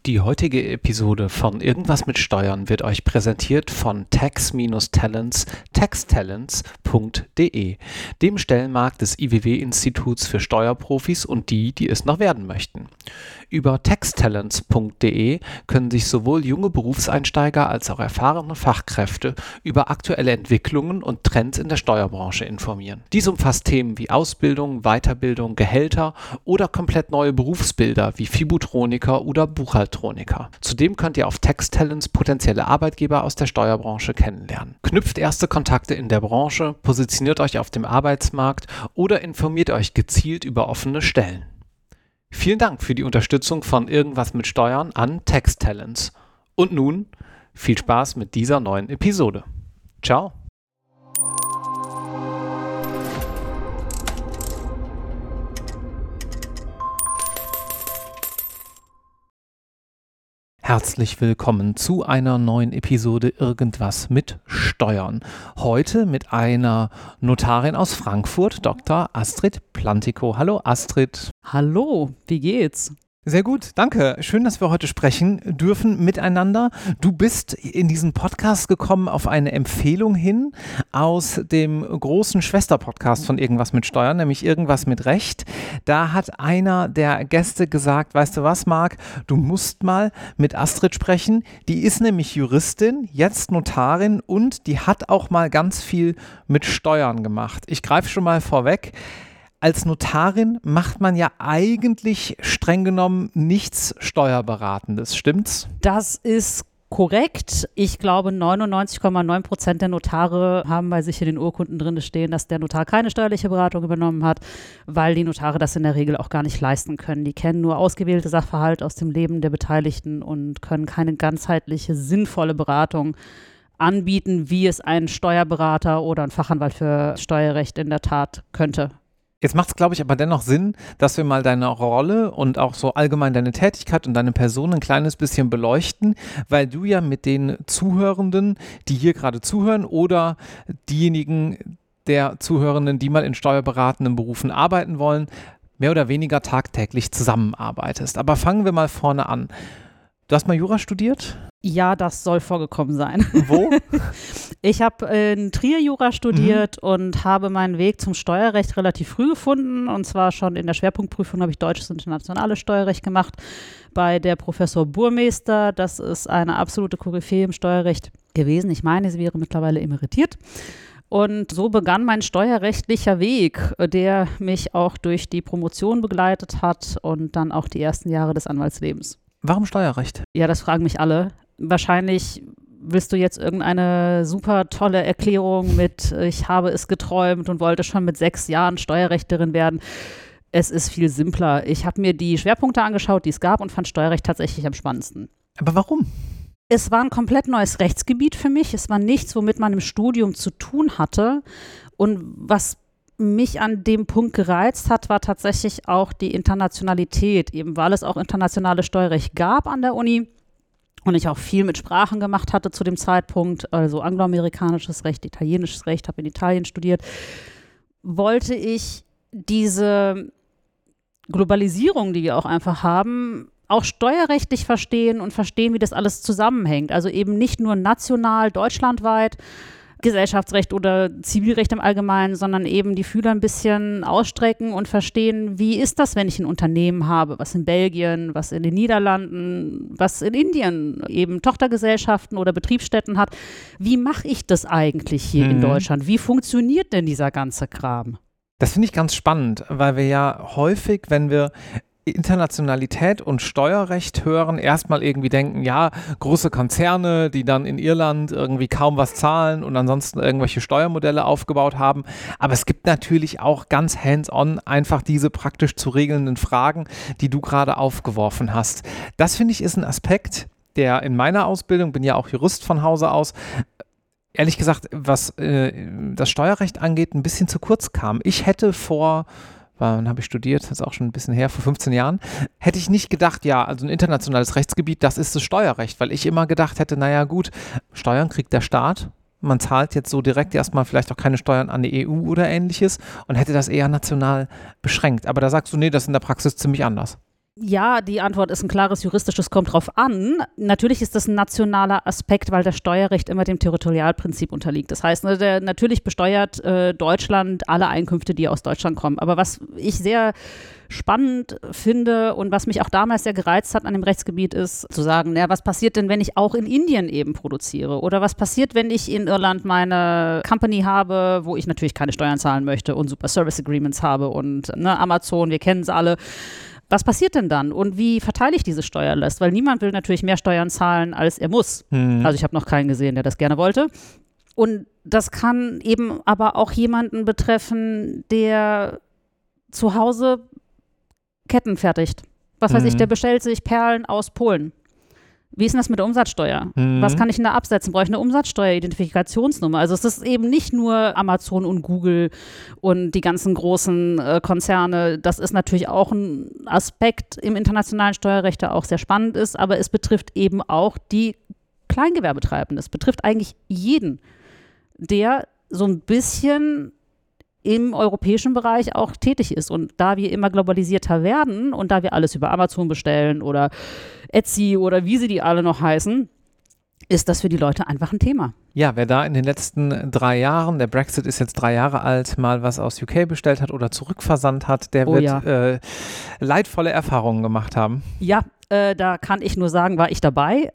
Die heutige Episode von Irgendwas mit Steuern wird euch präsentiert von Tax-Talents, taxtalents.de, dem Stellenmarkt des IWW-Instituts für Steuerprofis und die, die es noch werden möchten. Über taxtalents.de können sich sowohl junge Berufseinsteiger als auch erfahrene Fachkräfte über aktuelle Entwicklungen und Trends in der Steuerbranche informieren. Dies umfasst Themen wie Ausbildung, Weiterbildung, Gehälter oder komplett neue Berufsbilder wie Fibutroniker oder Buchhaltroniker. Zudem könnt ihr auf Tax-Talents potenzielle Arbeitgeber aus der Steuerbranche kennenlernen. Knüpft erste Kontakte in der Branche, positioniert euch auf dem Arbeitsmarkt oder informiert euch gezielt über offene Stellen. Vielen Dank für die Unterstützung von Irgendwas mit Steuern an Tax-Talents. Und nun viel Spaß mit dieser neuen Episode. Ciao! Herzlich willkommen zu einer neuen Episode Irgendwas mit Steuern. Heute mit einer Notarin aus Frankfurt, Dr. Astrid Plantikow. Hallo Astrid. Hallo, wie geht's? Sehr gut, danke. Schön, dass wir heute sprechen dürfen miteinander. Du bist in diesen Podcast gekommen auf eine Empfehlung hin aus dem großen Schwesterpodcast von Irgendwas mit Steuern, nämlich Irgendwas mit Recht. Da hat einer der Gäste gesagt, weißt du was, Marc, du musst mal mit Astrid sprechen. Die ist nämlich Juristin, jetzt Notarin und die hat auch mal ganz viel mit Steuern gemacht. Ich greife schon mal vorweg. Als Notarin macht man ja eigentlich streng genommen nichts Steuerberatendes, stimmt's? Das ist korrekt. Ich glaube, 99,9% der Notare haben bei sich in den Urkunden drin stehen, dass der Notar keine steuerliche Beratung übernommen hat, weil die Notare das in der Regel auch gar nicht leisten können. Die kennen nur ausgewählte Sachverhalte aus dem Leben der Beteiligten und können keine ganzheitliche, sinnvolle Beratung anbieten, wie es ein Steuerberater oder ein Fachanwalt für Steuerrecht in der Tat könnte. Jetzt macht es, glaube ich, aber dennoch Sinn, dass wir mal deine Rolle und auch so allgemein deine Tätigkeit und deine Person ein kleines bisschen beleuchten, weil du ja mit den Zuhörenden, die hier gerade zuhören oder diejenigen der Zuhörenden, die mal in steuerberatenden Berufen arbeiten wollen, mehr oder weniger tagtäglich zusammenarbeitest. Aber fangen wir mal vorne an. Du hast mal Jura studiert? Ja, das soll vorgekommen sein. Wo? Ich habe in Trier Jura studiert und habe meinen Weg zum Steuerrecht relativ früh gefunden. Und zwar schon in der Schwerpunktprüfung habe ich deutsches und internationales Steuerrecht gemacht bei der Professor Burmester. Das ist eine absolute Koryphäe im Steuerrecht gewesen. Ich meine, sie wäre mittlerweile emeritiert. Und so begann mein steuerrechtlicher Weg, der mich auch durch die Promotion begleitet hat und dann auch die ersten Jahre des Anwaltslebens. Warum Steuerrecht? Ja, das fragen mich alle. Wahrscheinlich willst du jetzt irgendeine super tolle Erklärung mit ich habe es geträumt und wollte schon mit 6 Jahren Steuerrechterin werden. Es ist viel simpler. Ich habe mir die Schwerpunkte angeschaut, die es gab und fand Steuerrecht tatsächlich am spannendsten. Aber warum? Es war ein komplett neues Rechtsgebiet für mich. Es war nichts, womit man im Studium zu tun hatte. Und was mich an dem Punkt gereizt hat, war tatsächlich auch die Internationalität, eben weil es auch internationales Steuerrecht gab an der Uni und ich auch viel mit Sprachen gemacht hatte zu dem Zeitpunkt, also angloamerikanisches Recht, italienisches Recht, habe in Italien studiert, wollte ich diese Globalisierung, die wir auch einfach haben, auch steuerrechtlich verstehen und verstehen, wie das alles zusammenhängt. Also eben nicht nur national, deutschlandweit, Gesellschaftsrecht oder Zivilrecht im Allgemeinen, sondern eben die Fühler ein bisschen ausstrecken und verstehen, wie ist das, wenn ich ein Unternehmen habe, was in Belgien, was in den Niederlanden, was in Indien eben Tochtergesellschaften oder Betriebsstätten hat. Wie mache ich das eigentlich hier in Deutschland? Wie funktioniert denn dieser ganze Kram? Das finde ich ganz spannend, weil wir ja häufig, wenn wir Internationalität und Steuerrecht hören, erstmal irgendwie denken, ja, große Konzerne, die dann in Irland irgendwie kaum was zahlen und ansonsten irgendwelche Steuermodelle aufgebaut haben. Aber es gibt natürlich auch ganz hands-on einfach diese praktisch zu regelnden Fragen, die du gerade aufgeworfen hast. Das finde ich ist ein Aspekt, der in meiner Ausbildung, bin ja auch Jurist von Hause aus, ehrlich gesagt, was das Steuerrecht angeht, ein bisschen zu kurz kam. Ich hätte wann habe ich studiert, das ist auch schon ein bisschen her, vor 15 Jahren, hätte ich nicht gedacht, ja, also ein internationales Rechtsgebiet, das ist das Steuerrecht, weil ich immer gedacht hätte, naja gut, Steuern kriegt der Staat, man zahlt jetzt so direkt erstmal vielleicht auch keine Steuern an die EU oder ähnliches und hätte das eher national beschränkt. Aber da sagst du, nee, das ist in der Praxis ziemlich anders. Ja, die Antwort ist ein klares juristisches, kommt drauf an. Natürlich ist das ein nationaler Aspekt, weil das Steuerrecht immer dem Territorialprinzip unterliegt. Das heißt, natürlich besteuert Deutschland alle Einkünfte, die aus Deutschland kommen. Aber was ich sehr spannend finde und was mich auch damals sehr gereizt hat an dem Rechtsgebiet ist, zu sagen, was passiert denn, wenn ich auch in Indien eben produziere? Oder was passiert, wenn ich in Irland meine Company habe, wo ich natürlich keine Steuern zahlen möchte und super Service Agreements habe und Amazon, wir kennen es alle. Was passiert denn dann und wie verteile ich diese Steuerlast? Weil niemand will natürlich mehr Steuern zahlen, als er muss. Also ich habe noch keinen gesehen, der das gerne wollte. Und das kann eben aber auch jemanden betreffen, der zu Hause Ketten fertigt. Was weiß ich, der bestellt sich Perlen aus Polen. Wie ist denn das mit der Umsatzsteuer? Was kann ich denn da absetzen? Brauche ich eine Umsatzsteueridentifikationsnummer? Also es ist eben nicht nur Amazon und Google und die ganzen großen Konzerne. Das ist natürlich auch ein Aspekt im internationalen Steuerrecht, der auch sehr spannend ist, aber es betrifft eben auch die Kleingewerbetreibenden. Es betrifft eigentlich jeden, der so ein bisschen im europäischen Bereich auch tätig ist. Und da wir immer globalisierter werden und da wir alles über Amazon bestellen oder Etsy oder wie sie die alle noch heißen, ist das für die Leute einfach ein Thema. Ja, wer da in den letzten 3 Jahren, der Brexit ist jetzt 3 Jahre alt, mal was aus UK bestellt hat oder zurückversandt hat, der wird leidvolle Erfahrungen gemacht haben. Ja, da kann ich nur sagen, war ich dabei.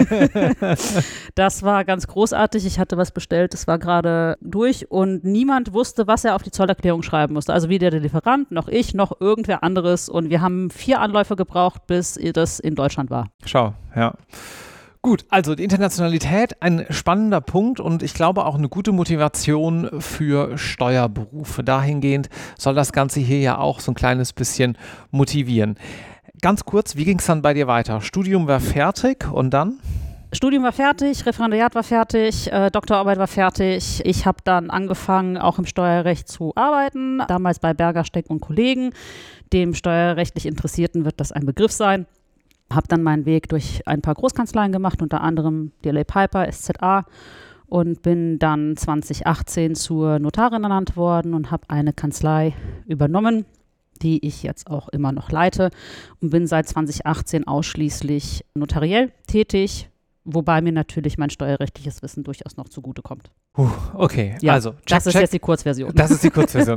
Das war ganz großartig. Ich hatte was bestellt, das war gerade durch und niemand wusste, was er auf die Zollerklärung schreiben musste. Also weder der Lieferant, noch ich, noch irgendwer anderes. Und wir haben 4 Anläufe gebraucht, bis das in Deutschland war. Schau, ja. Gut, also die Internationalität, ein spannender Punkt und ich glaube auch eine gute Motivation für Steuerberufe. Dahingehend soll das Ganze hier ja auch so ein kleines bisschen motivieren. Ganz kurz, wie ging es dann bei dir weiter? Studium war fertig und dann? Studium war fertig, Referendariat war fertig, Doktorarbeit war fertig. Ich habe dann angefangen, auch im Steuerrecht zu arbeiten, damals bei Berger, Steck und Kollegen. Dem steuerrechtlich Interessierten wird das ein Begriff sein. Habe dann meinen Weg durch ein paar Großkanzleien gemacht, unter anderem DLA Piper, SZA und bin dann 2018 zur Notarin ernannt worden und habe eine Kanzlei übernommen, die ich jetzt auch immer noch leite und bin seit 2018 ausschließlich notariell tätig, wobei mir natürlich mein steuerrechtliches Wissen durchaus noch zugutekommt. Okay, ja, also das ist jetzt die Kurzversion. Das ist die Kurzversion.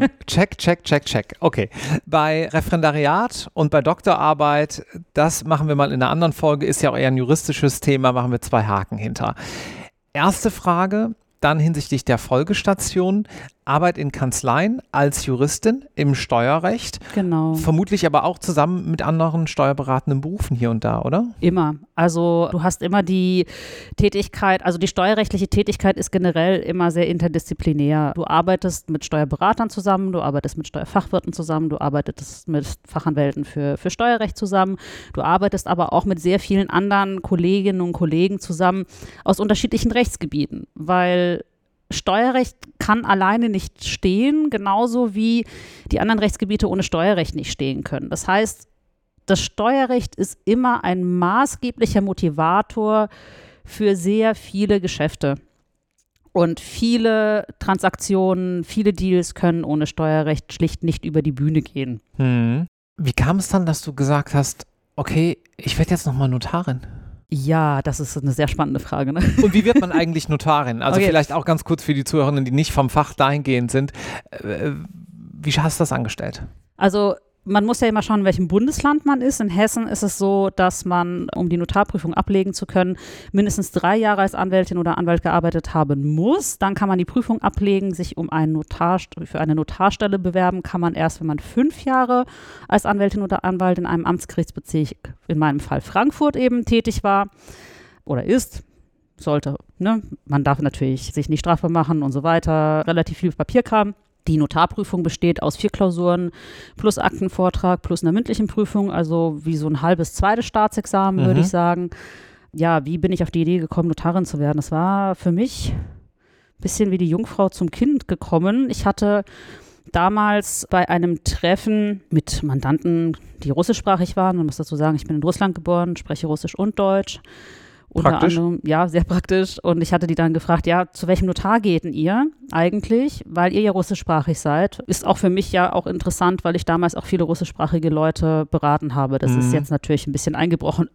Check. Okay, bei Referendariat und bei Doktorarbeit, das machen wir mal in einer anderen Folge, ist ja auch eher ein juristisches Thema, machen wir 2 Haken hinter. Erste Frage, dann hinsichtlich der Folgestation, Arbeit in Kanzleien als Juristin im Steuerrecht. Genau. Vermutlich aber auch zusammen mit anderen steuerberatenden Berufen hier und da, oder? Immer. Also du hast immer die Tätigkeit, also die steuerrechtliche Tätigkeit ist generell immer sehr interdisziplinär. Du arbeitest mit Steuerberatern zusammen, du arbeitest mit Steuerfachwirten zusammen, du arbeitest mit Fachanwälten für Steuerrecht zusammen, du arbeitest aber auch mit sehr vielen anderen Kolleginnen und Kollegen zusammen aus unterschiedlichen Rechtsgebieten, weil Steuerrecht kann alleine nicht stehen, genauso wie die anderen Rechtsgebiete ohne Steuerrecht nicht stehen können. Das heißt, das Steuerrecht ist immer ein maßgeblicher Motivator für sehr viele Geschäfte. Und viele Transaktionen, viele Deals können ohne Steuerrecht schlicht nicht über die Bühne gehen. Wie kam es dann, dass du gesagt hast, okay, ich werde jetzt nochmal Notarin? Ja, das ist eine sehr spannende Frage. Ne? Und wie wird man eigentlich Notarin? Also Okay. Vielleicht auch ganz kurz für die Zuhörerinnen, die nicht vom Fach dahingehend sind. Wie hast du das angestellt? Also man muss ja immer schauen, in welchem Bundesland man ist. In Hessen ist es so, dass man, um die Notarprüfung ablegen zu können, mindestens 3 Jahre als Anwältin oder Anwalt gearbeitet haben muss. Dann kann man die Prüfung ablegen, sich für eine Notarstelle bewerben, kann man erst, wenn man 5 Jahre als Anwältin oder Anwalt in einem Amtsgerichtsbezirk, in meinem Fall Frankfurt eben, tätig war oder ist. Sollte, ne? Man darf natürlich sich nicht strafbar machen und so weiter. Relativ viel Papierkram. Die Notarprüfung besteht aus 4 Klausuren plus Aktenvortrag plus einer mündlichen Prüfung, also wie so ein halbes zweites Staatsexamen, würde ich sagen. Ja, wie bin ich auf die Idee gekommen, Notarin zu werden? Das war für mich ein bisschen wie die Jungfrau zum Kind gekommen. Ich hatte damals bei einem Treffen mit Mandanten, die russischsprachig waren, man muss dazu sagen, ich bin in Russland geboren, spreche Russisch und Deutsch. Unter anderem, ja, sehr praktisch. Und ich hatte die dann gefragt, ja, zu welchem Notar geht denn ihr eigentlich? Weil ihr ja russischsprachig seid. Ist auch für mich ja auch interessant, weil ich damals auch viele russischsprachige Leute beraten habe. Das ist jetzt natürlich ein bisschen eingebrochen.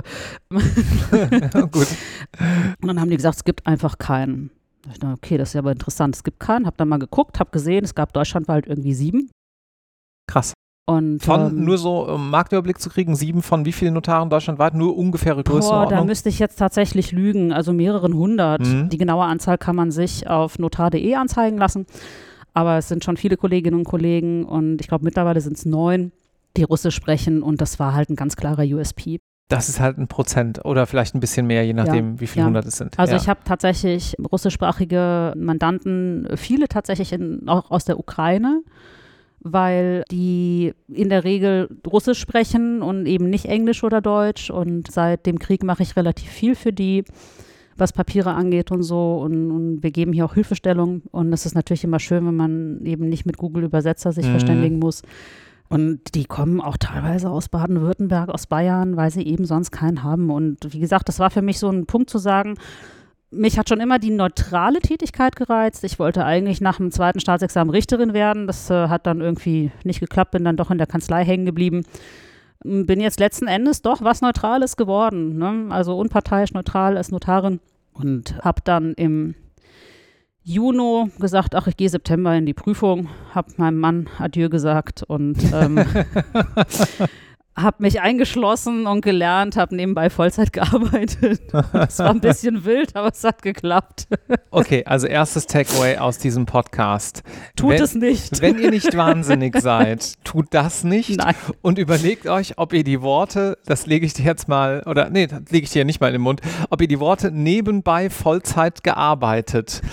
Gut. Und dann haben die gesagt, es gibt einfach keinen. Ich dachte, okay, das ist ja aber interessant. Es gibt keinen. Hab dann mal geguckt, hab gesehen, es gab deutschlandweit irgendwie 7. Krass. Und, nur so Marktüberblick zu kriegen, 7 von wie vielen Notaren deutschlandweit? Nur ungefähre Größenordnung? Da müsste ich jetzt tatsächlich lügen, also mehreren hundert. Die genaue Anzahl kann man sich auf notar.de anzeigen lassen, aber es sind schon viele Kolleginnen und Kollegen und ich glaube mittlerweile sind es 9, die Russisch sprechen und das war halt ein ganz klarer USP. Das ist halt 1% oder vielleicht ein bisschen mehr, je nachdem, wie viele 100 es sind. Also ich habe tatsächlich russischsprachige Mandanten, viele tatsächlich auch aus der Ukraine, weil die in der Regel Russisch sprechen und eben nicht Englisch oder Deutsch. Und seit dem Krieg mache ich relativ viel für die, was Papiere angeht und so. Und wir geben hier auch Hilfestellung. Und es ist natürlich immer schön, wenn man eben nicht mit Google-Übersetzer sich verständigen muss. Und die kommen auch teilweise aus Baden-Württemberg, aus Bayern, weil sie eben sonst keinen haben. Und wie gesagt, das war für mich so ein Punkt zu sagen, mich hat schon immer die neutrale Tätigkeit gereizt. Ich wollte eigentlich nach dem 2. Staatsexamen Richterin werden. Das hat dann irgendwie nicht geklappt, bin dann doch in der Kanzlei hängen geblieben. Bin jetzt letzten Endes doch was Neutrales geworden, ne? Also unparteiisch neutral als Notarin. Und habe dann im Juni gesagt, ach, ich gehe September in die Prüfung, habe meinem Mann Adieu gesagt und habe mich eingeschlossen und gelernt, habe nebenbei Vollzeit gearbeitet. Es war ein bisschen wild, aber es hat geklappt. Okay, also erstes Takeaway aus diesem Podcast. Tut es nicht. Wenn ihr nicht wahnsinnig seid, tut das nicht. Nein. Und überlegt euch, ob ihr die Worte, das lege ich dir jetzt mal, oder nee, das lege ich dir nicht mal in den Mund, ob ihr die Worte nebenbei Vollzeit gearbeitet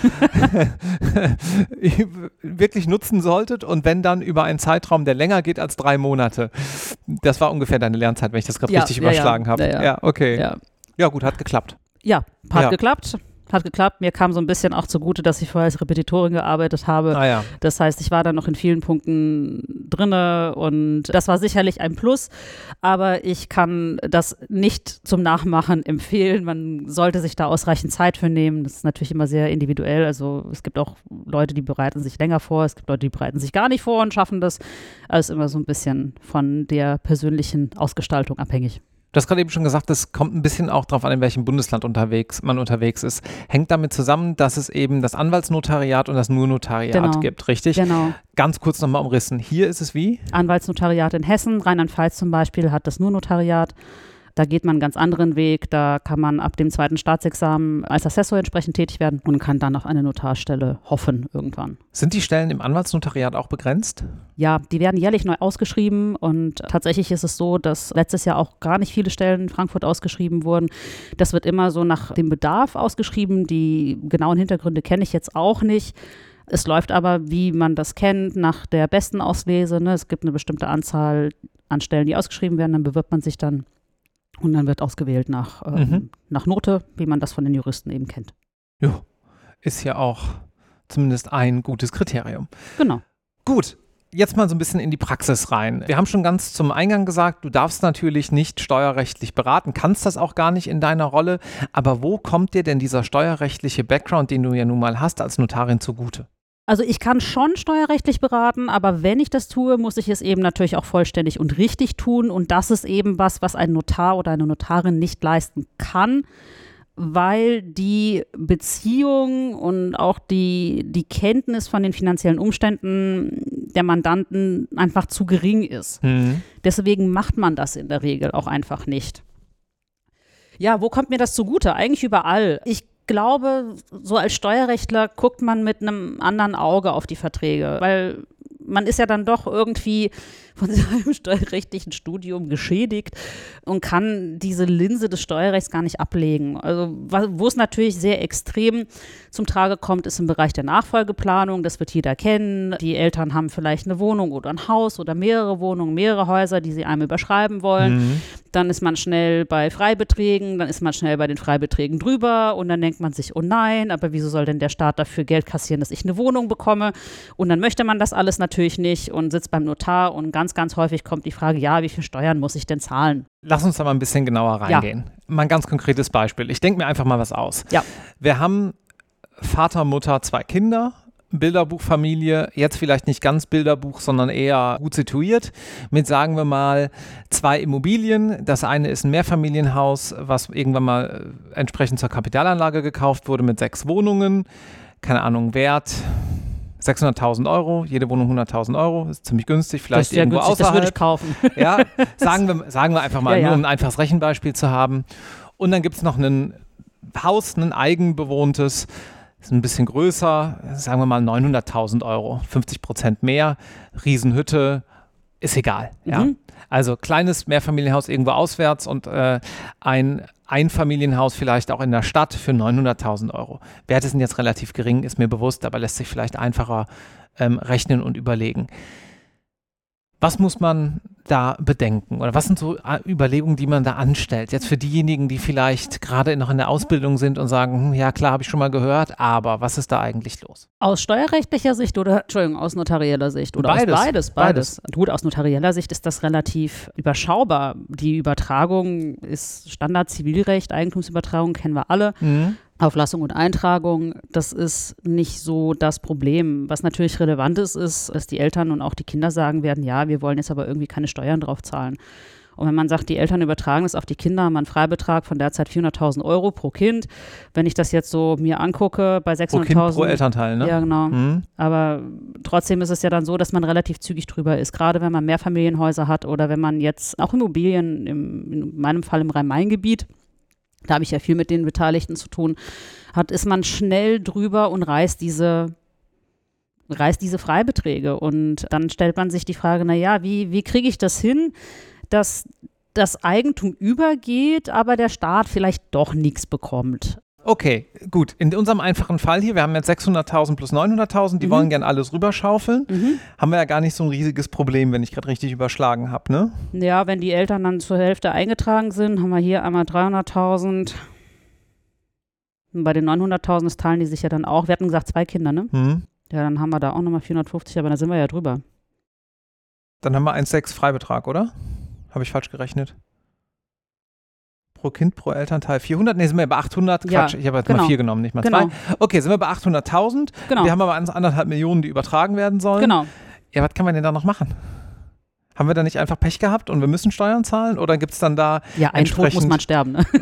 wirklich nutzen solltet und wenn dann über einen Zeitraum, der länger geht als 3 Monate. Das war ungefähr deine Lernzeit, wenn ich das gerade richtig überschlagen habe. Ja, okay. Ja, gut, hat geklappt. Ja, hat geklappt. Hat geklappt. Mir kam so ein bisschen auch zugute, dass ich vorher als Repetitorin gearbeitet habe. Das heißt, ich war dann noch in vielen Punkten drinne und das war sicherlich ein Plus, aber ich kann das nicht zum Nachmachen empfehlen. Man sollte sich da ausreichend Zeit für nehmen. Das ist natürlich immer sehr individuell. Also es gibt auch Leute, die bereiten sich länger vor. Es gibt Leute, die bereiten sich gar nicht vor und schaffen das. Also immer so ein bisschen von der persönlichen Ausgestaltung abhängig. Du hast gerade eben schon gesagt, es kommt ein bisschen auch darauf an, in welchem Bundesland man unterwegs ist. Hängt damit zusammen, dass es eben das Anwaltsnotariat und das Nurnotariat gibt, richtig? Genau. Ganz kurz nochmal umrissen. Hier ist es wie? Anwaltsnotariat in Hessen, Rheinland-Pfalz zum Beispiel hat das Nurnotariat. Da geht man einen ganz anderen Weg. Da kann man ab dem 2. Staatsexamen als Assessor entsprechend tätig werden und kann dann auf eine Notarstelle hoffen irgendwann. Sind die Stellen im Anwaltsnotariat auch begrenzt? Ja, die werden jährlich neu ausgeschrieben und tatsächlich ist es so, dass letztes Jahr auch gar nicht viele Stellen in Frankfurt ausgeschrieben wurden. Das wird immer so nach dem Bedarf ausgeschrieben. Die genauen Hintergründe kenne ich jetzt auch nicht. Es läuft aber, wie man das kennt, nach der besten Auslese. Ne? Es gibt eine bestimmte Anzahl an Stellen, die ausgeschrieben werden. Dann bewirbt man sich dann und dann wird ausgewählt nach Note, wie man das von den Juristen eben kennt. Ja, ist ja auch zumindest ein gutes Kriterium. Genau. Gut, jetzt mal so ein bisschen in die Praxis rein. Wir haben schon ganz zum Eingang gesagt, du darfst natürlich nicht steuerrechtlich beraten, kannst das auch gar nicht in deiner Rolle. Aber wo kommt dir denn dieser steuerrechtliche Background, den du ja nun mal hast, als Notarin zugute? Also ich kann schon steuerrechtlich beraten, aber wenn ich das tue, muss ich es eben natürlich auch vollständig und richtig tun. Und das ist eben was ein Notar oder eine Notarin nicht leisten kann, weil die Beziehung und auch die Kenntnis von den finanziellen Umständen der Mandanten einfach zu gering ist. Deswegen macht man das in der Regel auch einfach nicht. Ja, wo kommt mir das zugute? Eigentlich überall. Ich glaube, so als Steuerrechtler guckt man mit einem anderen Auge auf die Verträge, weil man ist ja dann doch irgendwie von seinem steuerrechtlichen Studium geschädigt und kann diese Linse des Steuerrechts gar nicht ablegen. Also wo es natürlich sehr extrem zum Trage kommt, ist im Bereich der Nachfolgeplanung. Das wird jeder kennen. Die Eltern haben vielleicht eine Wohnung oder ein Haus oder mehrere Wohnungen, mehrere Häuser, die sie einem überschreiben wollen. Dann ist man schnell bei Freibeträgen, dann ist man schnell bei den Freibeträgen drüber und dann denkt man sich, oh nein, aber wieso soll denn der Staat dafür Geld kassieren, dass ich eine Wohnung bekomme? Und dann möchte man das alles natürlich natürlich nicht und sitzt beim Notar und ganz, ganz häufig kommt die Frage, ja, wie viel Steuern muss ich denn zahlen? Lass uns da mal ein bisschen genauer reingehen. Ja. Mal ein ganz konkretes Beispiel. Ich denke mir einfach mal was aus. Ja. Wir haben Vater, Mutter, 2 Kinder, Bilderbuchfamilie, jetzt vielleicht nicht ganz Bilderbuch, sondern eher gut situiert, mit, sagen wir mal, 2 Immobilien. Das eine ist ein Mehrfamilienhaus, was irgendwann mal entsprechend zur Kapitalanlage gekauft wurde, mit 6 Wohnungen. Keine Ahnung, Wert 600.000 Euro, jede Wohnung 100.000 Euro, ist ziemlich günstig, vielleicht irgendwo günstig, außerhalb. Das würde ich kaufen. Ja, sagen wir einfach mal, nur um ein einfaches Rechenbeispiel zu haben. Und dann gibt es noch ein Haus, ein eigenbewohntes, ist ein bisschen größer, sagen wir mal 900.000 Euro, 50% mehr, Riesenhütte, ist egal. Ja. Also kleines Mehrfamilienhaus irgendwo auswärts und ein Einfamilienhaus vielleicht auch in der Stadt für 900.000 Euro. Werte sind jetzt relativ gering, ist mir bewusst, aber lässt sich vielleicht einfacher rechnen und überlegen. Was muss man da bedenken? Oder was sind so Überlegungen, die man da anstellt? Jetzt für diejenigen, die vielleicht gerade noch in der Ausbildung sind und sagen, ja klar, habe ich schon mal gehört, aber was ist da eigentlich los? Aus steuerrechtlicher Sicht oder, aus notarieller Sicht? Oder beides. Gut, aus notarieller Sicht ist das relativ überschaubar. Die Übertragung ist Standard-Zivilrecht, Eigentumsübertragung kennen wir alle. Auflassung und Eintragung, das ist nicht so das Problem. Was natürlich relevant ist, dass die Eltern und auch die Kinder sagen werden, ja, wir wollen jetzt aber irgendwie keine Steuern drauf zahlen. Und wenn man sagt, die Eltern übertragen es auf die Kinder, haben einen Freibetrag von derzeit 400.000 Euro pro Kind. Wenn ich das jetzt so mir angucke, bei 600.000. Pro Kind, pro Elternteil, ne? Ja, genau. Aber trotzdem ist es ja dann so, dass man relativ zügig drüber ist. Gerade wenn man Mehrfamilienhäuser hat oder wenn man jetzt auch Immobilien, in meinem Fall im Rhein-Main-Gebiet, da habe ich ja viel mit den Beteiligten zu tun, ist man schnell drüber und reißt diese Freibeträge. Und dann stellt man sich die Frage, naja, wie kriege ich das hin, dass das Eigentum übergeht, aber der Staat vielleicht doch nichts bekommt? Okay, gut. In unserem einfachen Fall hier, wir haben jetzt 600.000 plus 900.000, die wollen gern alles rüberschaufeln. Haben wir ja gar nicht so ein riesiges Problem, wenn ich gerade richtig überschlagen habe, ne? Ja, wenn die Eltern dann zur Hälfte eingetragen sind, haben wir hier einmal 300.000. Und bei den 900.000 teilen die sich ja dann auch. Wir hatten gesagt 2 Kinder, ne? Ja, dann haben wir da auch nochmal 450, aber da sind wir ja drüber. Dann haben wir 1,6 Freibetrag, oder? Habe ich falsch gerechnet? Pro Kind, pro Elternteil 400? Ne, sind wir bei 800? Quatsch, ich habe jetzt mal 4 genommen, nicht mal 2. Okay, sind wir bei 800.000. Genau. Wir haben aber 1,5 Millionen, die übertragen werden sollen. Genau. Ja, was kann man denn da noch machen? Haben wir da nicht einfach Pech gehabt und wir müssen Steuern zahlen? Oder gibt es dann da ein Tod muss man sterben, ne?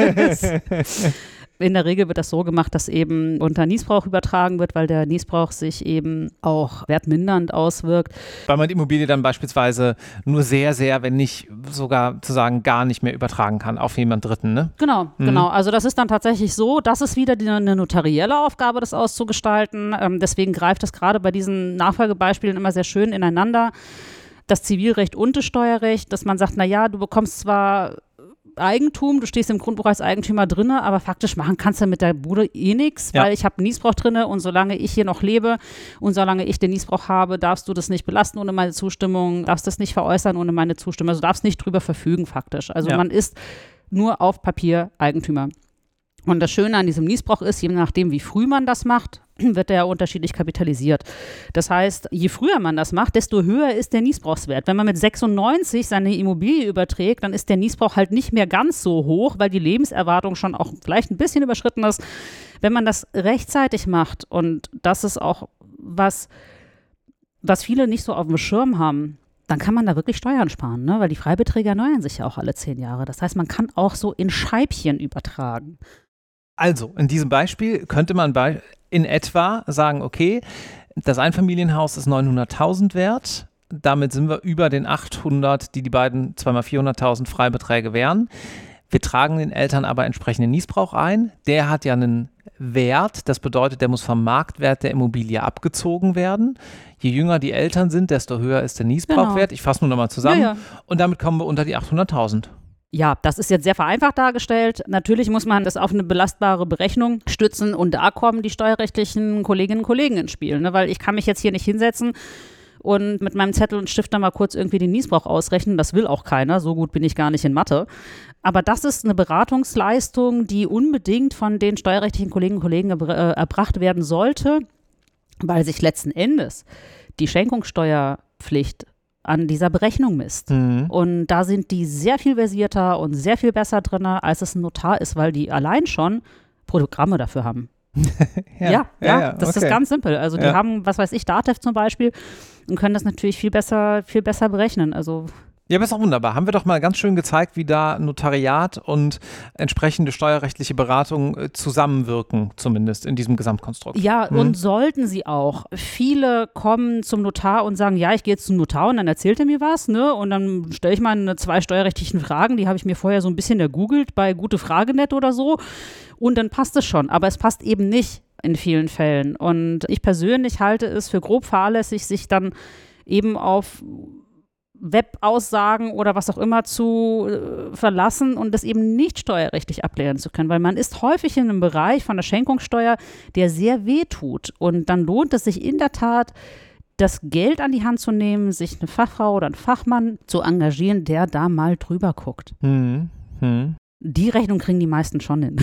In der Regel wird das so gemacht, dass eben unter Nießbrauch übertragen wird, weil der Nießbrauch sich eben auch wertmindernd auswirkt. Weil man die Immobilie dann beispielsweise nur sehr, sehr, wenn nicht sogar zu sagen, gar nicht mehr übertragen kann auf jemand Dritten, ne? Genau. Also das ist dann tatsächlich so, das ist wieder eine notarielle Aufgabe, das auszugestalten. Deswegen greift das gerade bei diesen Nachfolgebeispielen immer sehr schön ineinander. Das Zivilrecht und das Steuerrecht, dass man sagt, naja, du bekommst zwar Eigentum, du stehst im Grundbuch als Eigentümer drin, aber faktisch machen kannst du mit der Bude nichts, weil ich habe einen Nießbrauch drin und solange ich hier noch lebe und solange ich den Nießbrauch habe, darfst du das nicht belasten ohne meine Zustimmung, darfst das nicht veräußern ohne meine Zustimmung, also du darfst nicht drüber verfügen faktisch. Also man ist nur auf Papier Eigentümer. Und das Schöne an diesem Nießbrauch ist, je nachdem, wie früh man das macht, wird der unterschiedlich kapitalisiert. Das heißt, je früher man das macht, desto höher ist der Nießbrauchswert. Wenn man mit 96 seine Immobilie überträgt, dann ist der Nießbrauch halt nicht mehr ganz so hoch, weil die Lebenserwartung schon auch vielleicht ein bisschen überschritten ist. Wenn man das rechtzeitig macht, und das ist auch was viele nicht so auf dem Schirm haben, dann kann man da wirklich Steuern sparen, ne? Weil die Freibeträge erneuern sich ja auch alle 10 Jahre. Das heißt, man kann auch so in Scheibchen übertragen. Also, in diesem Beispiel könnte man in etwa sagen, okay, das Einfamilienhaus ist 900.000 wert, damit sind wir über den 800, die beiden 2x400.000 Freibeträge wären. Wir tragen den Eltern aber entsprechenden Nießbrauch ein. Der hat ja einen Wert, das bedeutet, der muss vom Marktwert der Immobilie abgezogen werden. Je jünger die Eltern sind, desto höher ist der Nießbrauchwert. Ich fasse nur nochmal zusammen. Und damit kommen wir unter die 800.000. Ja, das ist jetzt sehr vereinfacht dargestellt. Natürlich muss man das auf eine belastbare Berechnung stützen und da kommen die steuerrechtlichen Kolleginnen und Kollegen ins Spiel, ne? Weil ich kann mich jetzt hier nicht hinsetzen und mit meinem Zettel und Stift dann mal kurz irgendwie den Nießbrauch ausrechnen. Das will auch keiner, so gut bin ich gar nicht in Mathe. Aber das ist eine Beratungsleistung, die unbedingt von den steuerrechtlichen Kolleginnen und Kollegen erbracht werden sollte, weil sich letzten Endes die Schenkungssteuerpflicht an dieser Berechnung misst. Und da sind die sehr viel versierter und sehr viel besser drin, als es ein Notar ist, weil die allein schon Programme dafür haben. Das ist ganz simpel. Also die haben, was weiß ich, DATEV zum Beispiel und können das natürlich viel besser berechnen. Also ja, aber ist auch wunderbar. Haben wir doch mal ganz schön gezeigt, wie da Notariat und entsprechende steuerrechtliche Beratung zusammenwirken, zumindest in diesem Gesamtkonstrukt. Ja, und sollten sie auch. Viele kommen zum Notar und sagen, ja, ich gehe jetzt zum Notar und dann erzählt er mir was, ne? Und dann stelle ich mal 2 steuerrechtlichen Fragen, die habe ich mir vorher so ein bisschen ergoogelt bei Gute-Frage-Net oder so und dann passt es schon. Aber es passt eben nicht in vielen Fällen. Und ich persönlich halte es für grob fahrlässig, sich dann eben auf Webaussagen oder was auch immer zu verlassen und das eben nicht steuerrechtlich abklären zu können, weil man ist häufig in einem Bereich von der Schenkungssteuer, der sehr weh tut und dann lohnt es sich in der Tat, das Geld an die Hand zu nehmen, sich eine Fachfrau oder einen Fachmann zu engagieren, der da mal drüber guckt. Die Rechnung kriegen die meisten schon hin.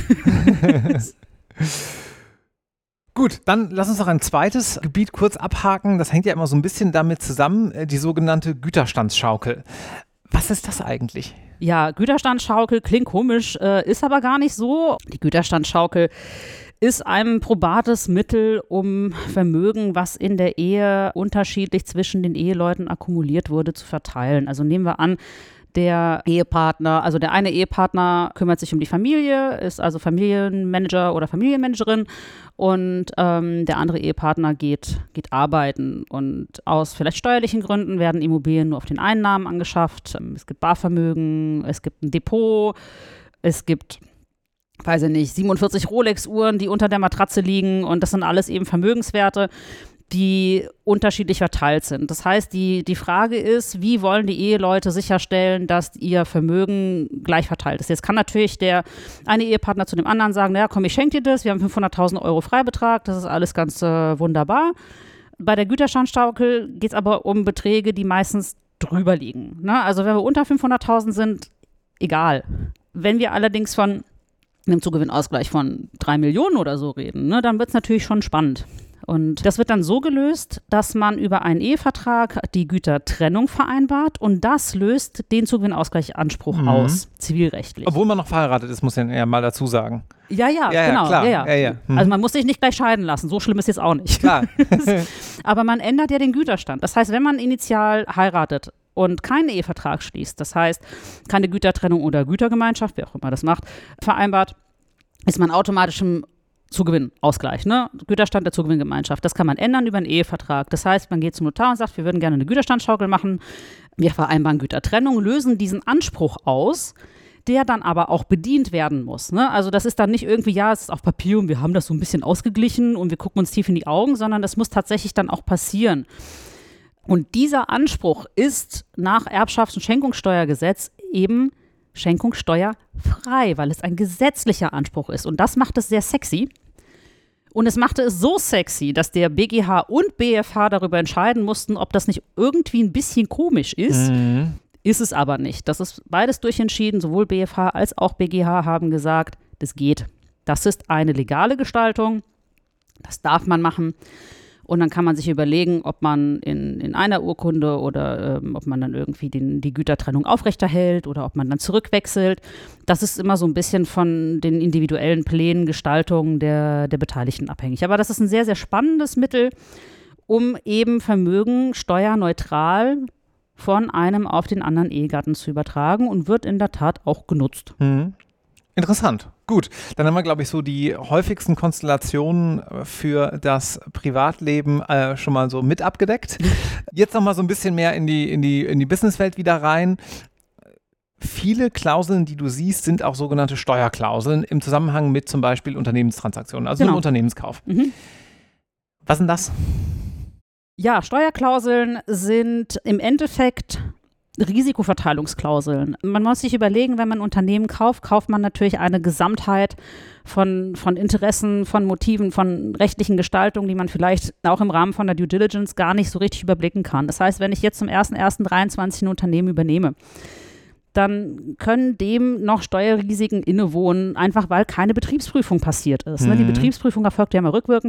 Gut, dann lass uns noch ein zweites Gebiet kurz abhaken. Das hängt ja immer so ein bisschen damit zusammen, die sogenannte Güterstandsschaukel. Was ist das eigentlich? Ja, Güterstandsschaukel klingt komisch, ist aber gar nicht so. Die Güterstandsschaukel ist ein probates Mittel, um Vermögen, was in der Ehe unterschiedlich zwischen den Eheleuten akkumuliert wurde, zu verteilen. Also nehmen wir an, der Ehepartner, also der eine Ehepartner kümmert sich um die Familie, ist also Familienmanager oder Familienmanagerin und der andere Ehepartner geht arbeiten und aus vielleicht steuerlichen Gründen werden Immobilien nur auf den einen Namen angeschafft. Es gibt Barvermögen, es gibt ein Depot, es gibt, weiß ich nicht, 47 Rolex-Uhren, die unter der Matratze liegen und das sind alles eben Vermögenswerte, die unterschiedlich verteilt sind. Das heißt, die Frage ist, wie wollen die Eheleute sicherstellen, dass ihr Vermögen gleich verteilt ist? Jetzt kann natürlich der eine Ehepartner zu dem anderen sagen, naja, komm, ich schenke dir das, wir haben 500.000 Euro Freibetrag, das ist alles ganz wunderbar. Bei der Güterstandsschaukel geht es aber um Beträge, die meistens drüber liegen. Ne? Also wenn wir unter 500.000 sind, egal. Wenn wir allerdings von einem Zugewinnausgleich von 3 Millionen oder so reden, ne, dann wird es natürlich schon spannend. Und das wird dann so gelöst, dass man über einen Ehevertrag die Gütertrennung vereinbart und das löst den Zugewinnausgleichanspruch aus, zivilrechtlich. Obwohl man noch verheiratet ist, muss ich ja mal dazu sagen. Ja, genau. Klar. Ja. Also man muss sich nicht gleich scheiden lassen, so schlimm ist jetzt auch nicht. Klar. Aber man ändert ja den Güterstand. Das heißt, wenn man initial heiratet und keinen Ehevertrag schließt, das heißt, keine Gütertrennung oder Gütergemeinschaft, wer auch immer das macht, vereinbart, ist man automatisch im Zugewinnausgleich, ne? Güterstand der Zugewinngemeinschaft. Das kann man ändern über einen Ehevertrag. Das heißt, man geht zum Notar und sagt, wir würden gerne eine Güterstandsschaukel machen. Wir vereinbaren Gütertrennung, lösen diesen Anspruch aus, der dann aber auch bedient werden muss. Ne? Also das ist dann nicht irgendwie, ja, es ist auf Papier und wir haben das so ein bisschen ausgeglichen und wir gucken uns tief in die Augen, sondern das muss tatsächlich dann auch passieren. Und dieser Anspruch ist nach Erbschafts- und Schenkungssteuergesetz eben schenkungssteuerfrei, weil es ein gesetzlicher Anspruch ist. Und das macht es sehr sexy. Und es machte es so sexy, dass der BGH und BFH darüber entscheiden mussten, ob das nicht irgendwie ein bisschen komisch ist. Ist es aber nicht. Das ist beides durchentschieden. Sowohl BFH als auch BGH haben gesagt, das geht. Das ist eine legale Gestaltung. Das darf man machen. Und dann kann man sich überlegen, ob man in einer Urkunde oder ob man dann irgendwie die Gütertrennung aufrechterhält oder ob man dann zurückwechselt. Das ist immer so ein bisschen von den individuellen Plänen, Gestaltungen der Beteiligten abhängig. Aber das ist ein sehr, sehr spannendes Mittel, um eben Vermögen steuerneutral von einem auf den anderen Ehegatten zu übertragen und wird in der Tat auch genutzt. Interessant. Gut, dann haben wir, glaube ich, so die häufigsten Konstellationen für das Privatleben schon mal so mit abgedeckt. Jetzt noch mal so ein bisschen mehr in die Businesswelt wieder rein. Viele Klauseln, die du siehst, sind auch sogenannte Steuerklauseln im Zusammenhang mit zum Beispiel Unternehmenstransaktionen, also im Unternehmenskauf. Was sind das? Ja, Steuerklauseln sind im Endeffekt Risikoverteilungsklauseln. Man muss sich überlegen, wenn man ein Unternehmen kauft, kauft man natürlich eine Gesamtheit von Interessen, von Motiven, von rechtlichen Gestaltungen, die man vielleicht auch im Rahmen von der Due Diligence gar nicht so richtig überblicken kann. Das heißt, wenn ich jetzt zum 01.01.23 ein Unternehmen übernehme, dann können dem noch Steuerrisiken innewohnen, einfach weil keine Betriebsprüfung passiert ist. Die Betriebsprüfung erfolgt ja immer rückwirkend.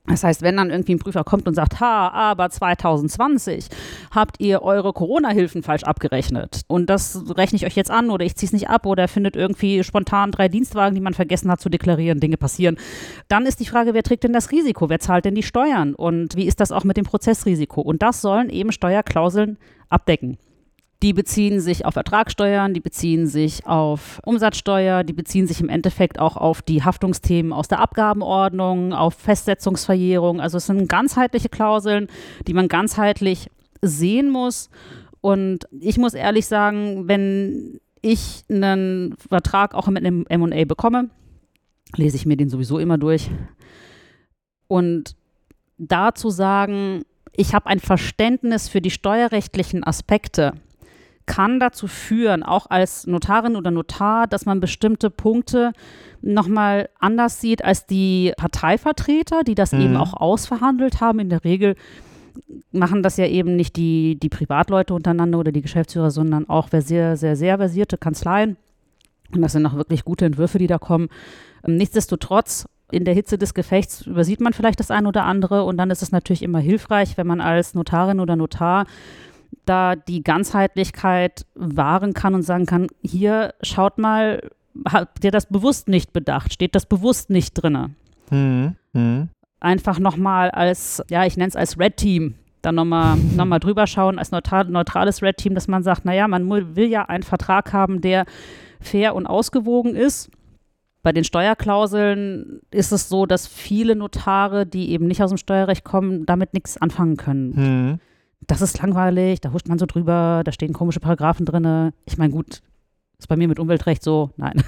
Das heißt, wenn dann irgendwie ein Prüfer kommt und sagt, aber 2020 habt ihr eure Corona-Hilfen falsch abgerechnet und das rechne ich euch jetzt an oder ich ziehe es nicht ab oder findet irgendwie spontan 3 Dienstwagen, die man vergessen hat zu deklarieren, Dinge passieren, dann ist die Frage, wer trägt denn das Risiko, wer zahlt denn die Steuern und wie ist das auch mit dem Prozessrisiko? Und das sollen eben Steuerklauseln abdecken. Die beziehen sich auf Ertragssteuern, die beziehen sich auf Umsatzsteuer, die beziehen sich im Endeffekt auch auf die Haftungsthemen aus der Abgabenordnung, auf Festsetzungsverjährung. Also es sind ganzheitliche Klauseln, die man ganzheitlich sehen muss. Und ich muss ehrlich sagen, wenn ich einen Vertrag auch mit einem M&A bekomme, lese ich mir den sowieso immer durch. Und dazu sagen, ich habe ein Verständnis für die steuerrechtlichen Aspekte, kann dazu führen, auch als Notarin oder Notar, dass man bestimmte Punkte nochmal anders sieht als die Parteivertreter, die das eben auch ausverhandelt haben. In der Regel machen das ja eben nicht die Privatleute untereinander oder die Geschäftsführer, sondern auch sehr, sehr, sehr versierte Kanzleien. Und das sind auch wirklich gute Entwürfe, die da kommen. Nichtsdestotrotz, in der Hitze des Gefechts übersieht man vielleicht das eine oder andere und dann ist es natürlich immer hilfreich, wenn man als Notarin oder Notar da die Ganzheitlichkeit wahren kann und sagen kann, hier, schaut mal, habt ihr das bewusst nicht bedacht? Steht das bewusst nicht drin? Einfach nochmal als, ich nenne es als Red Team, dann nochmal drüber schauen, als neutrales Red Team, dass man sagt, man will ja einen Vertrag haben, der fair und ausgewogen ist. Bei den Steuerklauseln ist es so, dass viele Notare, die eben nicht aus dem Steuerrecht kommen, damit nichts anfangen können. Das ist langweilig, da huscht man so drüber, da stehen komische Paragraphen drin. Ich meine, gut, ist bei mir mit Umweltrecht so? Nein.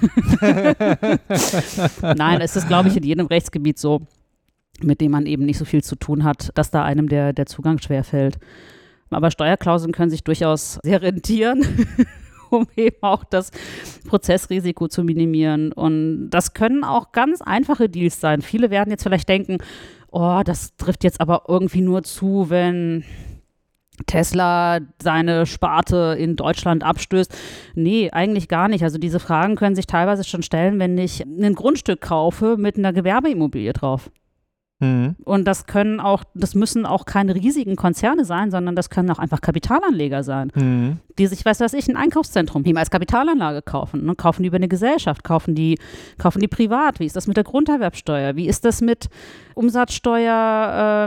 Nein, es ist, glaube ich, in jedem Rechtsgebiet so, mit dem man eben nicht so viel zu tun hat, dass da einem der Zugang schwerfällt. Aber Steuerklauseln können sich durchaus sehr rentieren, um eben auch das Prozessrisiko zu minimieren. Und das können auch ganz einfache Deals sein. Viele werden jetzt vielleicht denken, das trifft jetzt aber irgendwie nur zu, wenn Tesla seine Sparte in Deutschland abstößt. Nee, eigentlich gar nicht. Also diese Fragen können sich teilweise schon stellen, wenn ich ein Grundstück kaufe mit einer Gewerbeimmobilie drauf. Und das müssen auch keine riesigen Konzerne sein, sondern das können auch einfach Kapitalanleger sein, die sich, ein Einkaufszentrum als Kapitalanlage kaufen. Ne? Kaufen die über eine Gesellschaft, kaufen die privat. Wie ist das mit der Grunderwerbsteuer? Wie ist das mit Umsatzsteuer,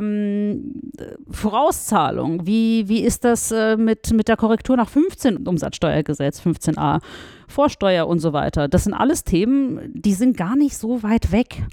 Vorauszahlung? Wie ist das mit der Korrektur nach 15 Umsatzsteuergesetz, 15a, Vorsteuer und so weiter? Das sind alles Themen, die sind gar nicht so weit weg.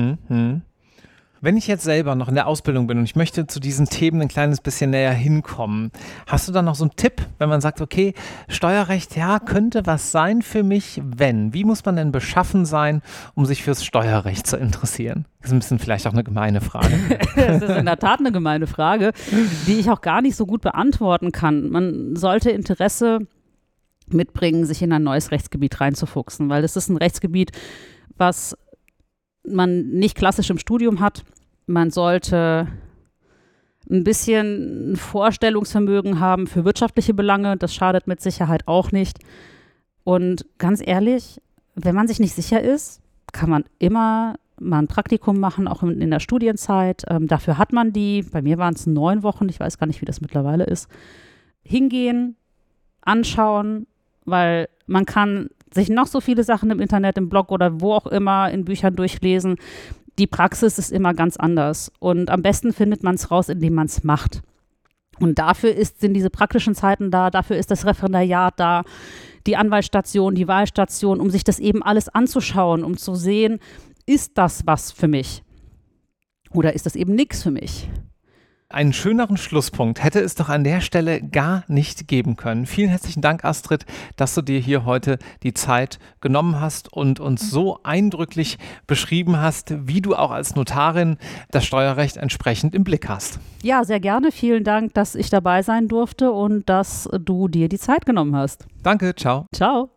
Wenn ich jetzt selber noch in der Ausbildung bin und ich möchte zu diesen Themen ein kleines bisschen näher hinkommen, hast du dann noch so einen Tipp, wenn man sagt, okay, Steuerrecht, könnte was sein für mich, wenn? Wie muss man denn beschaffen sein, um sich fürs Steuerrecht zu interessieren? Das ist ein bisschen vielleicht auch eine gemeine Frage. Das ist in der Tat eine gemeine Frage, die ich auch gar nicht so gut beantworten kann. Man sollte Interesse mitbringen, sich in ein neues Rechtsgebiet reinzufuchsen, weil das ist ein Rechtsgebiet, was man nicht klassisch im Studium hat. Man sollte ein bisschen Vorstellungsvermögen haben für wirtschaftliche Belange. Das schadet mit Sicherheit auch nicht. Und ganz ehrlich, wenn man sich nicht sicher ist, kann man immer mal ein Praktikum machen, auch in der Studienzeit. Dafür hat man bei mir waren es 9 Wochen, ich weiß gar nicht, wie das mittlerweile ist, hingehen, anschauen, weil man kann sich noch so viele Sachen im Internet, im Blog oder wo auch immer in Büchern durchlesen. Die Praxis ist immer ganz anders. Und am besten findet man es raus, indem man es macht. Und dafür sind diese praktischen Zeiten da, dafür ist das Referendariat da, die Anwaltsstation, die Wahlstation, um sich das eben alles anzuschauen, um zu sehen, ist das was für mich? Oder ist das eben nichts für mich? Einen schöneren Schlusspunkt hätte es doch an der Stelle gar nicht geben können. Vielen herzlichen Dank, Astrid, dass du dir hier heute die Zeit genommen hast und uns so eindrücklich beschrieben hast, wie du auch als Notarin das Steuerrecht entsprechend im Blick hast. Ja, sehr gerne. Vielen Dank, dass ich dabei sein durfte und dass du dir die Zeit genommen hast. Danke, ciao. Ciao.